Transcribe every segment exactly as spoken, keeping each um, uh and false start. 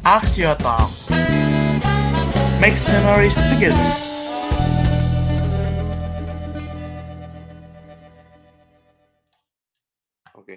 Axio Talks. Makes memories together. Oke.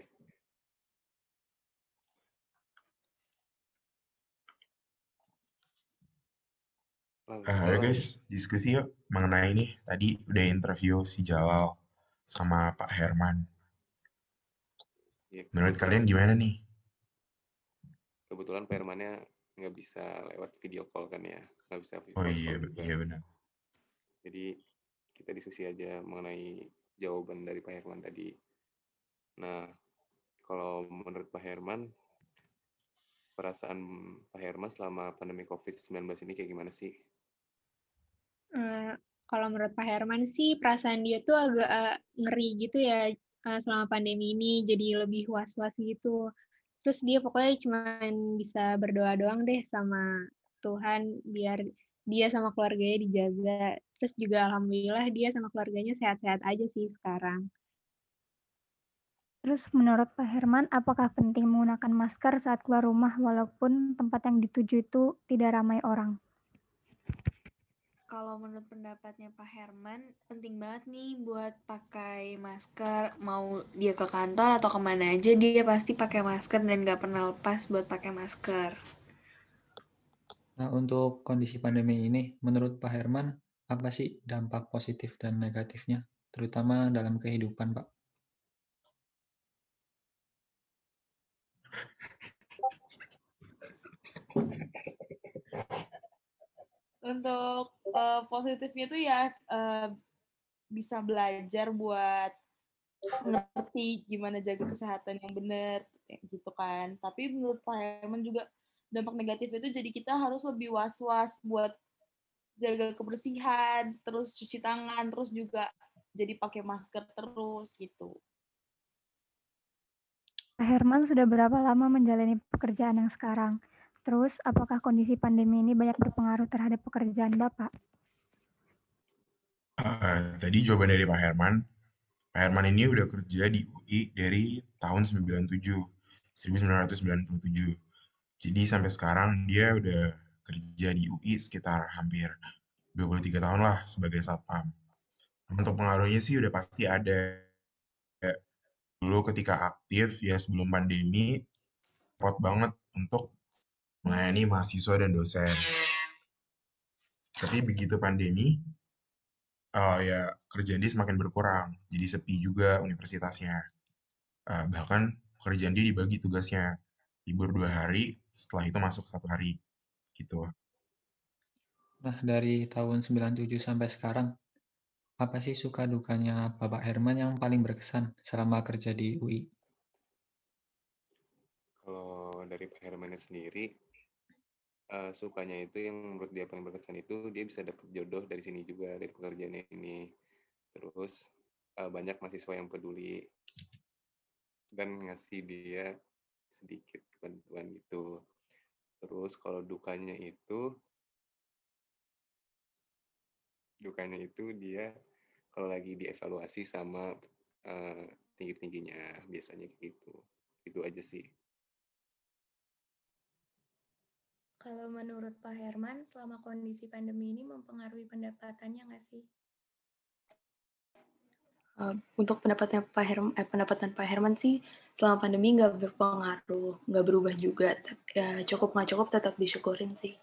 Uh, ayo guys, diskusi yuk mengenai ini. Tadi udah interview si Jalal sama Pak Herman. Ya, Menurut kebetulan, kalian gimana nih? kebetulan Pak Hermannya nggak bisa lewat video call kan ya, nggak bisa Oh voice iya, call juga. iya benar. Jadi kita diskusi aja mengenai jawaban dari Pak Herman tadi. Nah, kalau menurut Pak Herman, perasaan Pak Herman selama pandemi covid sembilan belas ini kayak gimana sih? Eh, kalau menurut Pak Herman sih perasaan dia tuh agak eh, ngeri gitu ya eh, selama pandemi ini, jadi lebih was-was gitu. Terus dia pokoknya cuma bisa berdoa doang deh sama Tuhan biar dia sama keluarganya dijaga. Terus juga alhamdulillah dia sama keluarganya sehat-sehat aja sih sekarang. Terus menurut Pak Herman, apakah penting menggunakan masker saat keluar rumah walaupun tempat yang dituju itu tidak ramai orang? Kalau menurut pendapatnya Pak Herman, penting banget nih buat pakai masker. Mau dia ke kantor atau kemana aja, dia pasti pakai masker dan gak pernah lepas buat pakai masker. Nah, untuk kondisi pandemi ini, menurut Pak Herman, apa sih dampak positif dan negatifnya, terutama dalam kehidupan, Pak? Untuk uh, positifnya itu ya uh, bisa belajar buat ngerti gimana jaga kesehatan yang benar gitu kan. Tapi menurut Pak Herman juga dampak negatif itu jadi kita harus lebih was-was buat jaga kebersihan, terus cuci tangan, terus juga jadi pakai masker terus gitu. Pak Herman sudah berapa lama menjalani pekerjaan yang sekarang? Terus, apakah kondisi pandemi ini banyak berpengaruh terhadap pekerjaan Bapak? Uh, tadi jawaban dari Pak Herman. Pak Herman ini udah kerja di U I dari tahun sembilan puluh tujuh, seribu sembilan ratus sembilan puluh tujuh. Jadi sampai sekarang dia udah kerja di U I sekitar hampir dua puluh tiga tahun lah sebagai satpam. Untuk pengaruhnya sih udah pasti ada. Dulu ketika aktif ya sebelum pandemi, repot banget untuk melayani mahasiswa dan dosen. Tapi begitu pandemi, uh, ya kerjaan dia semakin berkurang. Jadi sepi juga universitasnya. Uh, bahkan pekerjaan dia dibagi tugasnya. Libur dua hari, setelah itu masuk satu hari. Gitu. Nah, dari tahun sembilan puluh tujuh sampai sekarang, apa sih suka dukanya Bapak Herman yang paling berkesan selama kerja di U I? Kalau dari Pak Hermannya sendiri, uh, sukanya itu yang menurut dia paling berkesan itu dia bisa dapat jodoh dari sini juga, dari pekerjaannya ini. Terus uh, banyak mahasiswa yang peduli dan ngasih dia sedikit bantuan gitu. Terus kalau dukanya itu, dukanya itu dia kalau lagi dievaluasi sama uh, tinggi-tingginya biasanya gitu. Itu aja sih. Kalau menurut Pak Herman, selama kondisi pandemi ini mempengaruhi pendapatannya nggak sih? Uh, untuk pendapatnya Pak Herman, eh, pendapatan Pak Herman sih selama pandemi nggak berpengaruh, nggak berubah juga. Ya cukup nggak cukup tetap disyukurin sih.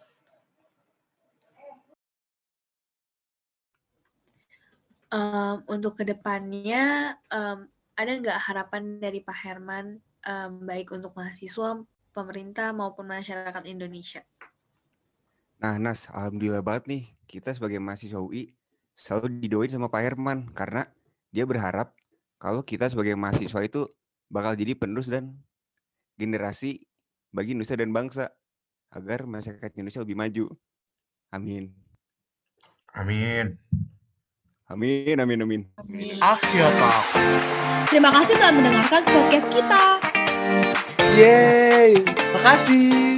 Um, untuk kedepannya, um, ada nggak harapan dari Pak Herman um, baik untuk mahasiswa, pemerintah maupun masyarakat Indonesia? Nah, Nas, alhamdulillah banget nih kita sebagai mahasiswa U I selalu didoain sama Pak Herman karena dia berharap kalau kita sebagai mahasiswa itu bakal jadi penerus dan generasi bagi nusa dan bangsa agar masyarakat Indonesia lebih maju. Amin. Amin. Amin, amin, amin. Axio Talks. Terima kasih telah mendengarkan podcast kita. Yeay, makasih.